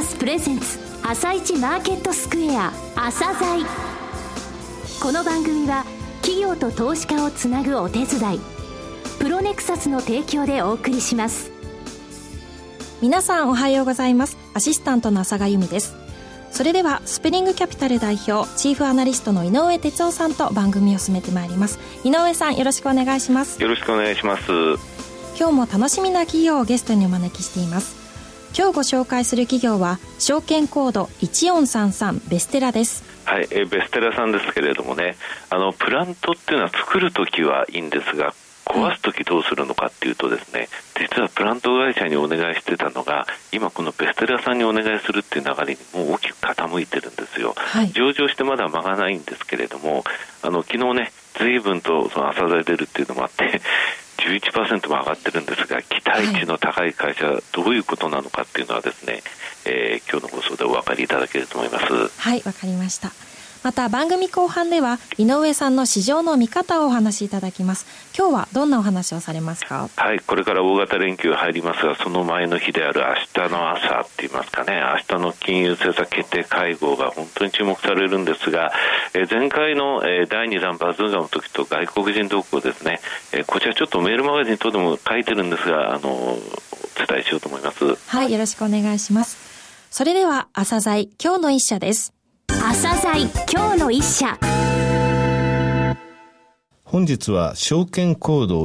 サスプレゼンツ朝市マーケットスクエア朝鮮。この番組は企業と投資家をつなぐお手伝いプロネクサスの提供でお送りします。 皆さんおはようございます。アシスタントの浅賀由美です。それではスプリングキャピタル代表チーフアナリストの井上哲夫さんと番組を進めてまいります。井上さん、よろしくお願いします。 よろしくお願いします。 今日も楽しみな企業をゲストにお招きしています。今日ご紹介する企業は証券コード1433ベステラです。 はい、ベステラさんですけれどもね、プラントっていうのは作るときはいいんですが、壊すときどうするのかっていうとですね、実はプラント会社にお願いしてたのが今このベステラさんにお願いするっていう流れにもう大きく傾いてるんですよ、はい、上場してまだ間がないんですけれども、昨日ね随分とその朝鮮出るっていうのもあって11% も上がってるんですが、期待値の高い会社、はい、どういうことなのかっていうのはですね、今日の放送でお分かりいただけると思います。 はい、わかりました。また番組後半では井上さんの市場の見方をお話しいただきます。今日はどんなお話をされますか？ はい、これから大型連休入りますが、その前の日である明日の朝って言いますかね、明日の金融政策決定会合が本当に注目されるんですが、前回の第2弾バズーガの時と外国人動向ですね、こちらちょっとメールマガジン等でも書いてるんですが、お伝えしようと思います。 はい、よろしくお願いします。それでは朝鮮今日の一社です。 朝鮮今日の一社。 本日は証券コード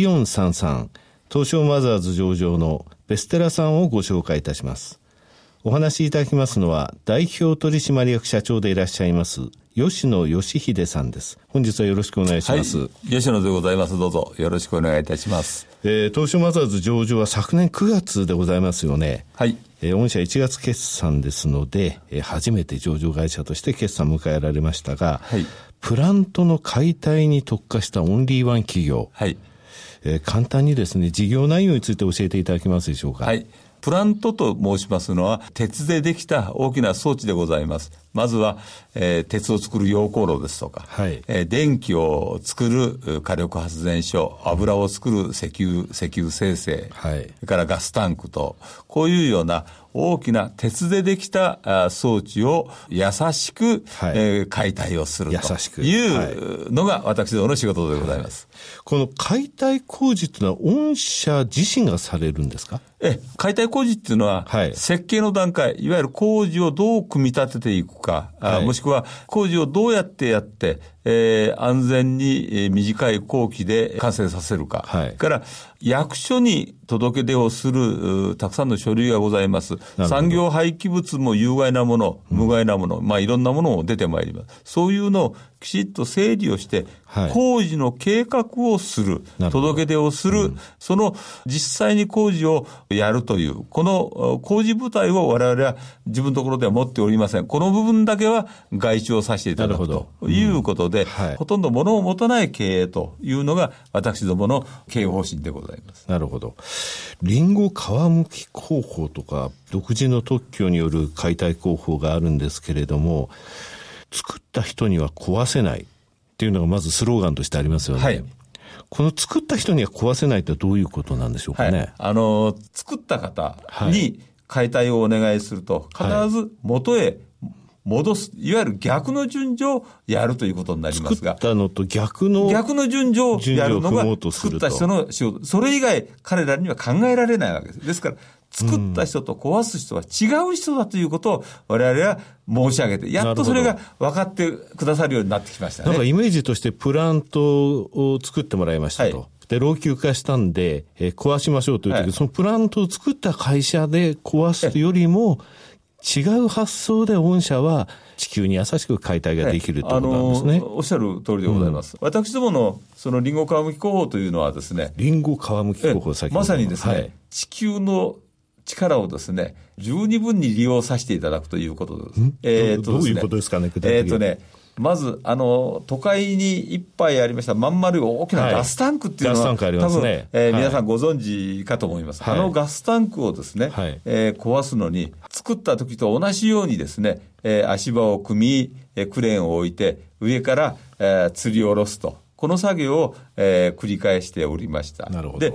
1433東証マザーズ上場のベステラさんをご紹介いたします。お話しいただきますのは代表取締役社長でいらっしゃいます吉野義秀さんです。本日はよろしくお願いします。 はい、吉野でございます。どうぞよろしくお願いいたします。 東証マザーズ上場は昨年9月でございますよね。はい。御社1月決算ですので、初めて上場会社として決算を迎えられましたが、はい、プラントの解体に特化したオンリーワン企業、はい、簡単にですね事業内容について教えていただけますでしょうか？ はい、プラントと申しますのは鉄でできた大きな装置でございます。まずは、鉄を作る溶鉱炉ですとか、はい、電気を作る火力発電所、油を作る石油精製、はい、それからガスタンクと、こういうような大きな鉄でできた装置を優しく、はい、解体をするというのが私どもの仕事でございます。 はい、この解体工事というのは御社自身がされるんですか？ 解体工事っていうのは、はい、設計の段階、いわゆる工事をどう組み立てていくか、はい、もしくは工事をどうやってやって、安全に短い工期で完成させるか、はい、から役所に届け出をするたくさんの書類がございます。産業廃棄物も有害なもの、無害なもの、いろんなものも出てまいります。そういうのをきちっと整理をして、はい、工事の計画をする、届け出をする、その実際に工事をやるという、この工事部隊を我々は自分のところでは持っておりません。この部分だけは外注をさせていただくということで、はい、ほとんど物を持たない経営というのが私どもの経営方針でございます。 なるほど。リンゴ皮むき工法とか独自の特許による解体工法があるんですけれども、作った人には壊せないっていうのがまずスローガンとしてありますよね。はい、この作った人には壊せないってどういうことなんでしょうかね？ はい、作った方に解体をお願いすると、必ず元へ戻す、いわゆる逆の順序をやるということになりますが、 作ったのと逆の順序をやるのが作った人の仕事。それ以外彼らには考えられないわけです。ですから作った人と壊す人は違う人だということを我々は申し上げて、やっとそれが分かってくださるようになってきましたね。 なんかイメージとしてプラントを作ってもらいましたと。はい、で老朽化したんで、壊しましょうという時、はい、そのプラントを作った会社で壊すよりも違う発想で御社は地球に優しく解体ができるということなんですね。 おっしゃる通りでございます。私どものそのリンゴ皮むき工法というのはですね、 リンゴ皮むき工法、 まさにですね、はい、地球の力をですね十二分に利用させていただくということです。 どういうことですかね？ まず都会にいっぱいありましたまん丸い大きなガスタンクっていうのは、はい、多分、皆さんご存知かと思います。はい、ガスタンクをですね、はい、壊すのに作った時と同じようにですね、足場を組み、クレーンを置いて上から、吊り下ろすと、この作業を、繰り返しておりました。 なるほど。 で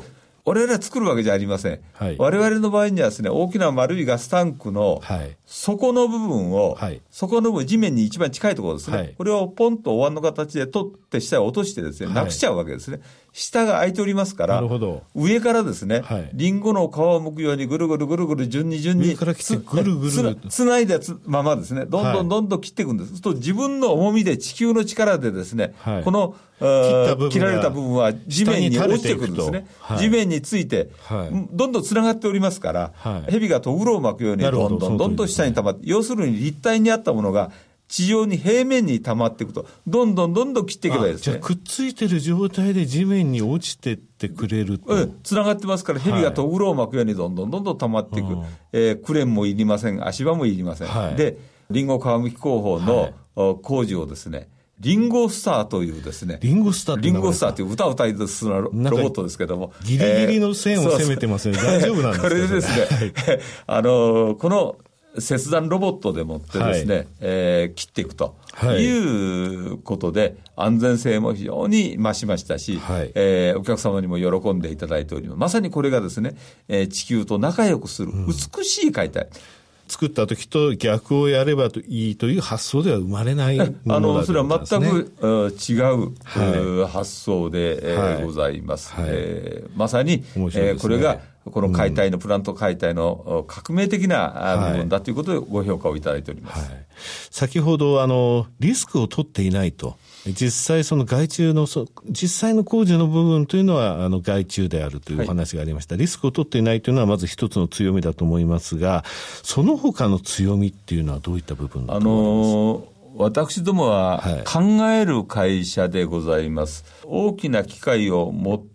我々は作るわけじゃありません。はい、我々の場合にはですね、大きな丸いガスタンクの底の部分を、はい、底の部分、地面に一番近いところですね、はい、これをポンとお椀の形で取って下へ落としてですね、なくしちゃうわけですね。下が空いておりますから、上からですね、リンゴの皮を剥くようにぐるぐるぐるぐる順に上から来てぐるぐるつないだままですね、どんどん切っていくんです。そうすると自分の重みで地球の力でですね、この切られた部分は地面に落ちてくるんですね。地面について、どんどんつながっておりますから、蛇がとぐろを巻くようにどんどん下に溜まって、要するに立体にあったものが地上に平面に溜まっていくと、どんどん切っていけばいいですね。 じゃあくっついてる状態で地面に落ちてってくれると、 つながってますから、蛇がとぐろを巻くようにどんどん溜まっていく、クレーンもいりません、足場もいりません、でリンゴ皮むき工法の工事をですね、リンゴスターというですね、 リンゴスターという歌を歌い出すロボットですけども、 ギリギリの線を攻めてますね。大丈夫なんですか？ これでですね、この切断ロボットでもってですね、切っていくということで、安全性も非常に増しましたし、お客様にも喜んでいただいております。まさにこれがですね、地球と仲良くする美しい解体、 作った時と逆をやればいいという発想では生まれないものだということですね。 それは全く違う、発想で、ございます。まさに、これがこの解体の、プラント解体の革命的な部分だということでご評価をいただいております。 先ほどリスクを取っていないと、実際その外注の実際の工事の部分というのは外注であるというお話がありました。リスクを取っていないというのはまず一つの強みだと思いますが、その他の強みっていうのはどういった部分だと思います？ 私どもは考える会社でございます。大きな機械を持って、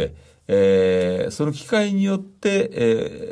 その機械によって、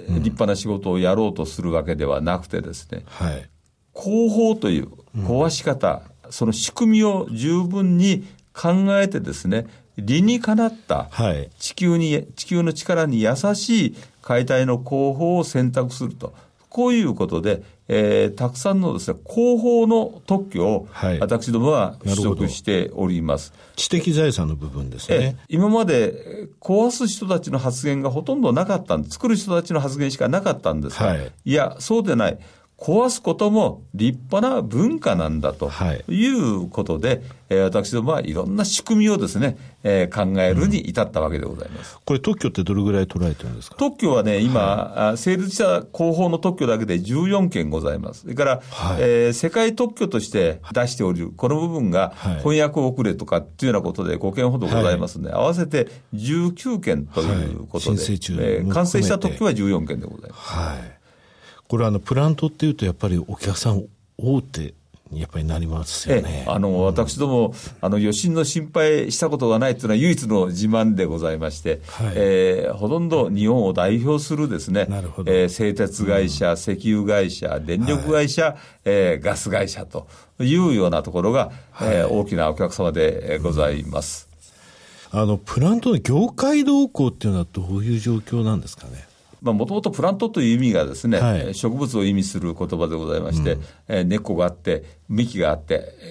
立派な仕事をやろうとするわけではなくてですね、工法という壊し方、その仕組みを十分に考えてですね、理にかなった地球の力に優しい解体の工法を選択すると、こういうことで、たくさんのですね、工法の特許を私どもは取得しております。 知的財産の部分ですね。 今まで壊す人たちの発言がほとんどなかったんです。作る人たちの発言しかなかったんですが、いや、そうでない。壊すことも立派な文化なんだということで、私どもはいろんな仕組みをですね、考えるに至ったわけでございます。 これ特許ってどれぐらい取られてるんですか？ 特許はね、今、成立した工法の特許だけで14件ございます。それから、世界特許として出しておるこの部分が翻訳遅れとかっていうようなことで5件ほどございますので、合わせて19件ということで、完成した特許は14件でございます。 これプラントっていうとやっぱりお客さん大手にやっぱりなりますよね。 私ども余震の心配したことがないというのは唯一の自慢でございまして、ほとんど日本を代表するですね、製鉄会社、石油会社、電力会社、ガス会社というようなところが、大きなお客様でございます。 プラントの業界動向っていうのはどういう状況なんですかね？ もともとプラントという意味がですね、植物を意味する言葉でございまして、根っこがあって、幹があって、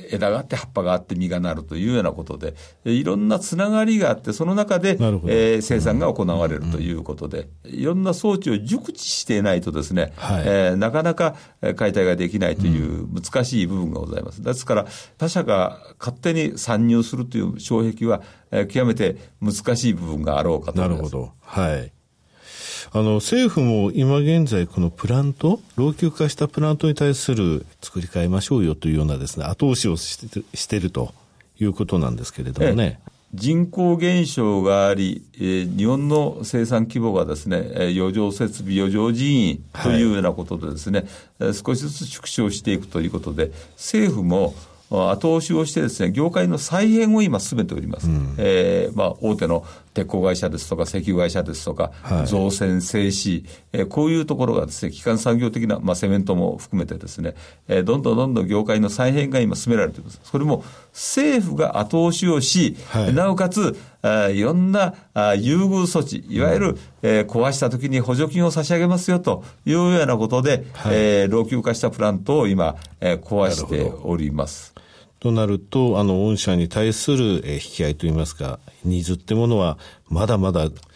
枝があって、葉っぱがあって、実がなるというようなことで、いろんなつながりがあって、その中で、生産が行われるということで、いろんな装置を熟知していないとですね、なかなか解体ができないという難しい部分がございます。ですから、他社が勝手に参入するという障壁は、極めて難しい部分があろうかと思います。 なるほど。政府も今現在このプラント、老朽化したプラントに対する作り変えましょうよというようなですね、後押しをしているということなんですけれどもね。 人口減少があり、日本の生産規模がですね、余剰設備、余剰人員というようなことでですね、少しずつ縮小していくということで、政府も後押しをしてですね、業界の再編を今進めております。大手の鉄鋼会社ですとか石油会社ですとか、造船、製紙、こういうところがですね、基幹産業的な、セメントも含めてですね、どんどん業界の再編が今進められています。それも政府が後押しをし、なおかついろんな優遇措置、いわゆる、壊したときに補助金を差し上げますよというようなことで、老朽化したプラントを今、壊しております。 となると、御社に対する引き合いといいますか、ニーズってものはまだまだ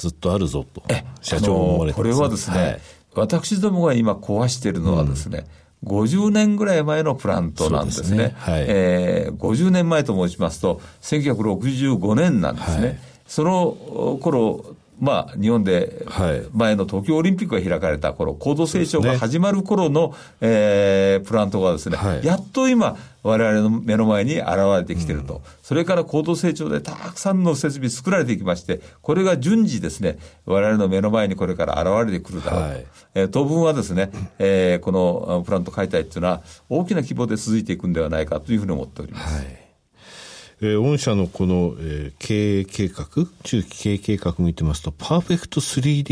ずっとあるぞと社長も思われてます。 これはですね、私どもが今壊しているのはですね、50年ぐらい前のプラントなんですね。50年前と申しますと1965年なんですね。その頃日本で前の東京オリンピックが開かれた頃、高度成長が始まる頃の、プラントがですね、やっと今我々の目の前に現れてきていると、それから高度成長でたくさんの設備作られていきまして、これが順次ですね、我々の目の前にこれから現れてくるだろうと、当分はですね、このプラント解体というのは大きな規模で続いていくんではないかというふうに思っております。 御社のこの、経営計画、中期経営計画を見てますと、パーフェクト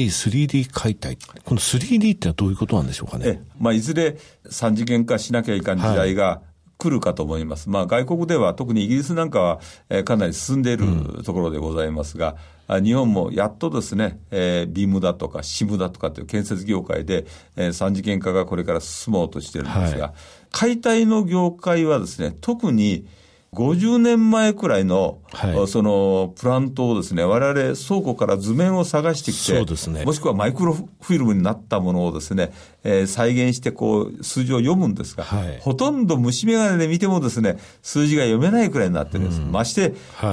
3D 解体。この 3D ってのはどういうことなんでしょうかね。 いずれ3次元化しなきゃいかん時代が来るかと思います。外国では特にイギリスなんかは、かなり進んでいるところでございますが、日本もやっとですね、ビームだとかシムだとかという建設業界で、3次元化がこれから進もうとしているんですが、解体の業界はですね、特に50年前くらいの、そのプラントをですね、我々倉庫から図面を探してきて、もしくはマイクロフィルムになったものをですね、再現して数字を読むんですが、ほとんど虫眼鏡で見てもですね、数字が読めないくらいになってるんです。まして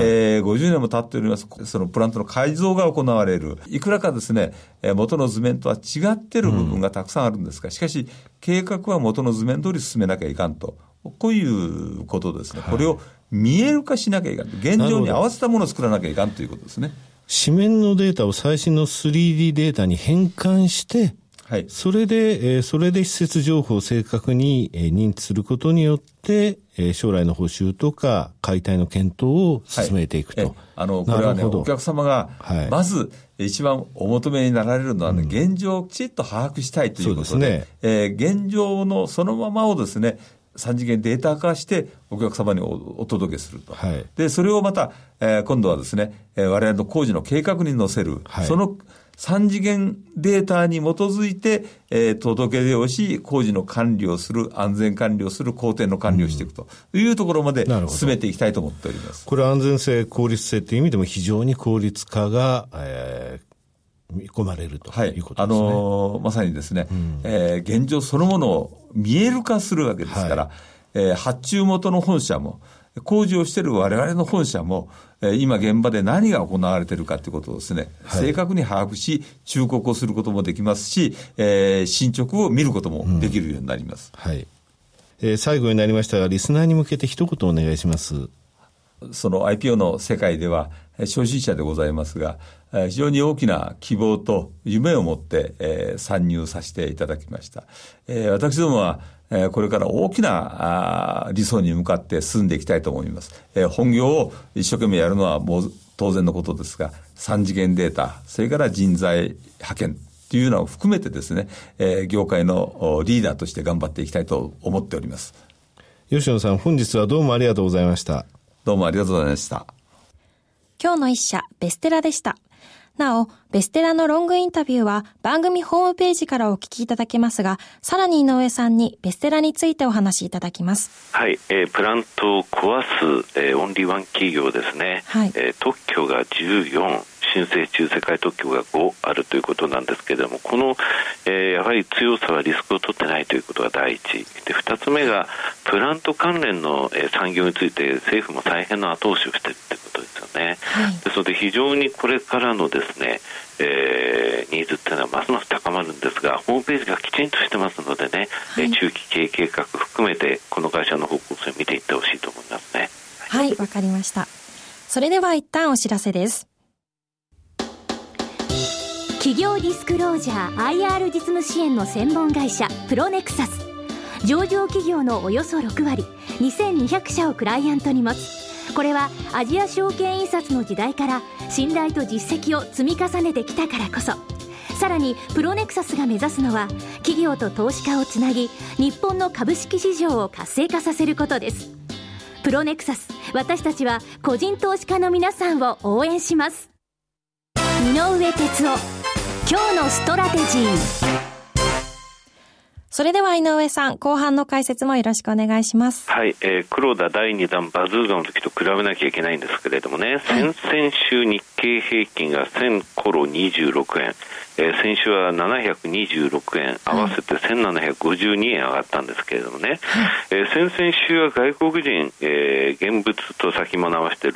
、50年も経っております、そのプラントの改造が行われる。いくらかですね、元の図面とは違ってる部分がたくさんあるんですが、しかし計画は元の図面通り進めなきゃいかんと。こういうことですね。これを見える化しなきゃいかん。現状に合わせたものを作らなきゃいかんということですね。 紙面のデータを最新の 3D データに変換して、それで施設情報を正確に認知することによって、将来の補修とか解体の検討を進めていくと。 これはね、お客様がまず一番お求めになられるのはね、現状をきちっと把握したいということで、現状のそのままをですね、3次元データ化してお客様に お届けすると。で、それをまた、今度はですね、我々の工事の計画に載せる。その3次元データに基づいて、届け出をし、工事の管理をする、安全管理をする、工程の管理をしていくというところまで進めていきたいと思っております。 これは安全性、効率性という意味でも非常に効率化が、見込まれるということですね。 まさにですね、現状そのものを見える化するわけですから、発注元の本社も工事をしている我々の本社も、今現場で何が行われているかということをですね、正確に把握し忠告をすることもできますし、進捗を見ることもできるようになります。 最後になりましたが、リスナーに向けて一言お願いします。 その IPO の世界では初心者でございますが、非常に大きな希望と夢を持って、参入させていただきました。私どもは、これから大きな理想に向かって進んでいきたいと思います。本業を一生懸命やるのはもう当然のことですが、3次元データ、それから人材派遣というのを含めてですね、業界のリーダーとして頑張っていきたいと思っております。 吉野さん、本日はどうもありがとうございました。 どうもありがとうございました。 今日の一社、ベステラでした。なお、ベステラのロングインタビューは番組ホームページからお聞きいただけますが、さらに井上さんにベステラについてお話しいただきます。 プラントを壊す、オンリーワン企業ですね。特許が14、申請中世界特許が5あるということなんですけれども、この、やはり強さはリスクを取ってないということが第一で、2つ目がプラント関連の、産業について政府も大変な後押しをしているということですよね。ですので非常にこれからのですね、ニーズっていうのはますます高まるんですが、ホームページがきちんとしてますのでね、中期経営計画含めてこの会社の方向性を見ていってほしいと思いますね。 わかりました。それでは一旦お知らせです。 企業ディスクロージャー IR 実務支援の専門会社プロネクサス。上場企業のおよそ6割、2200社をクライアントに持つ。これはアジア証券印刷の時代から信頼と実績を積み重ねてきたからこそ。さらにプロネクサスが目指すのは企業と投資家をつなぎ、日本の株式市場を活性化させることです。プロネクサス、私たちは個人投資家の皆さんを応援します。井上哲夫、今日のストラテジー。 それでは井上さん、後半の解説もよろしくお願いします。 はい、黒田第2弾バズーカの時と比べなきゃいけないんですけれどもね、先々週日経平均が1000コロ26円、先週は726円、合わせて1752円上がったんですけれどもね、先々週は外国人、現物と先物合わせて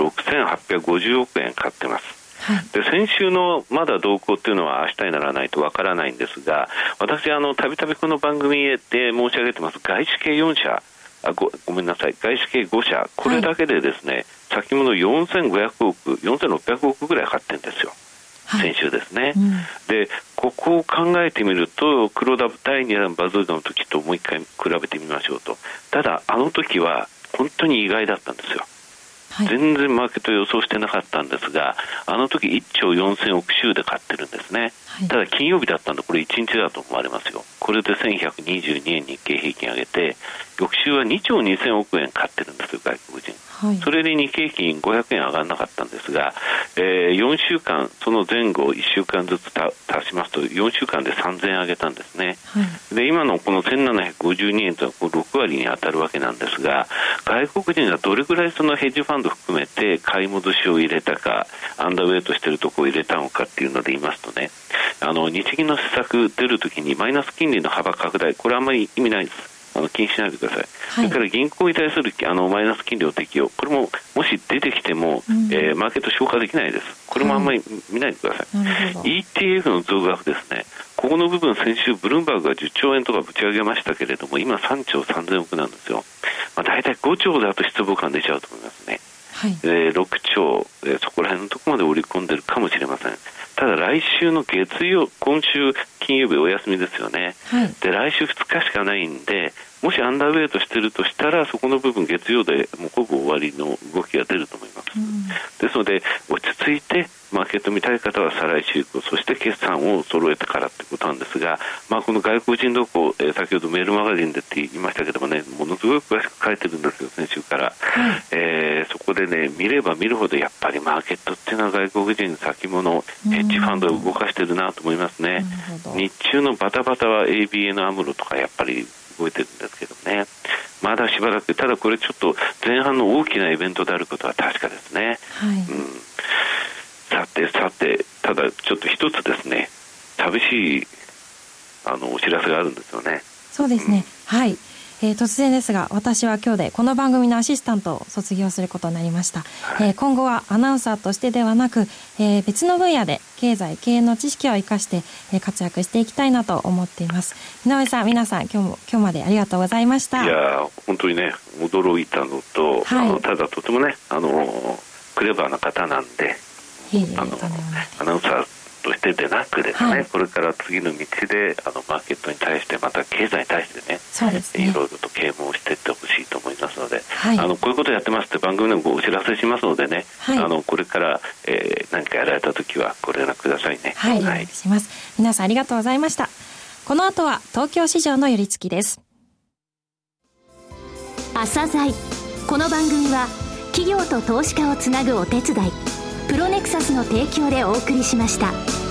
6850億円買ってます。で先週のまだ動向というのは明日にならないとわからないんですが、私たびたびこの番組で申し上げてます外資系4社ごめんなさい外資系5社、これだけでですね、先物4500億4600億ぐらい買ってるんですよ、先週ですね、でここを考えてみると黒田第2弾バズーカの時ともう一回比べてみましょうと。ただあの時は本当に意外だったんですよ。全然マーケット予想してなかったんですが、あの時1兆4000億週で買ってるんですね、ただ金曜日だったんでこれ1日だと思われますよ。これで1122円日経平均上げて、翌週は2兆2000億円買ってるんですよ外国人、それで日経平均500円上がらなかったんですが、4週間その前後1週間ずつ足しますと4週間で3000円上げたんですね、で今のこの1752円とは6割に当たるわけなんですが、外国人がどれぐらいそのヘッジファンド含めて買い戻しを入れたか、アンダーウェイトしているところを入れたのかっていうので言いますとね、日銀の施策出るときにマイナス金利の幅拡大、これあんまり意味ないです。気にしないでください、それから銀行に対するマイナス金利を適用、これももし出てきても、マーケット消化できないです。これもあんまり見ないでください、ETF の増額ですね、ここの部分先週ブルームバーグが10兆円とかぶち上げましたけれども、今3兆3000億なんですよ。だいたい5兆だと失望感出ちゃうと思いますね、6兆、そこら辺のところまで織り込んでるかもしれません。ただ来週の月曜、今週金曜日お休みですよね、で来週2日しかないんで、もしアンダーウェイトしてるとしたらそこの部分月曜でもうほぼ終わりの動きが出ると思います、ですので落ち着いてマーケット見たい方は再来週以降、そして決算を揃えてからってことなんですが、この外国人動向、先ほどメールマガジンでって言いましたけどもね、ものすごい詳しく書いてるんですよ先週から、そこでね見れば見るほどやっぱりマーケットっていうのは外国人先物ヘッジファンドを動かしてるなと思いますね。日中のバタバタは ABN アムロとかやっぱり動いてるんですけどね、まだしばらく、ただこれちょっと前半の大きなイベントであることは確かですね、さてただちょっと一つですね寂しいお知らせがあるんですよね。 そうですね、突然ですが私は今日でこの番組のアシスタントを卒業することになりました、今後はアナウンサーとしてではなく、別の分野で経済経営の知識を生かして、活躍していきたいなと思っています。井上さん、皆さん今日までありがとうございました。 いや本当にね驚いたのと、ただとてもねクレバーな方なんで、アナウンサーとしてでなくですね、これから次の道でマーケットに対してまた経済に対してね、いろいろと啓蒙していってほしいと思いますので、こういうことやってますって番組でもお知らせしますのでね、これから、何かやられた時はご連絡くださいね。 お願いします。皆さんありがとうございました。この後は東京市場の寄り付きです。 朝鮮、この番組は企業と投資家をつなぐお手伝いプロネクサスの提供でお送りしました。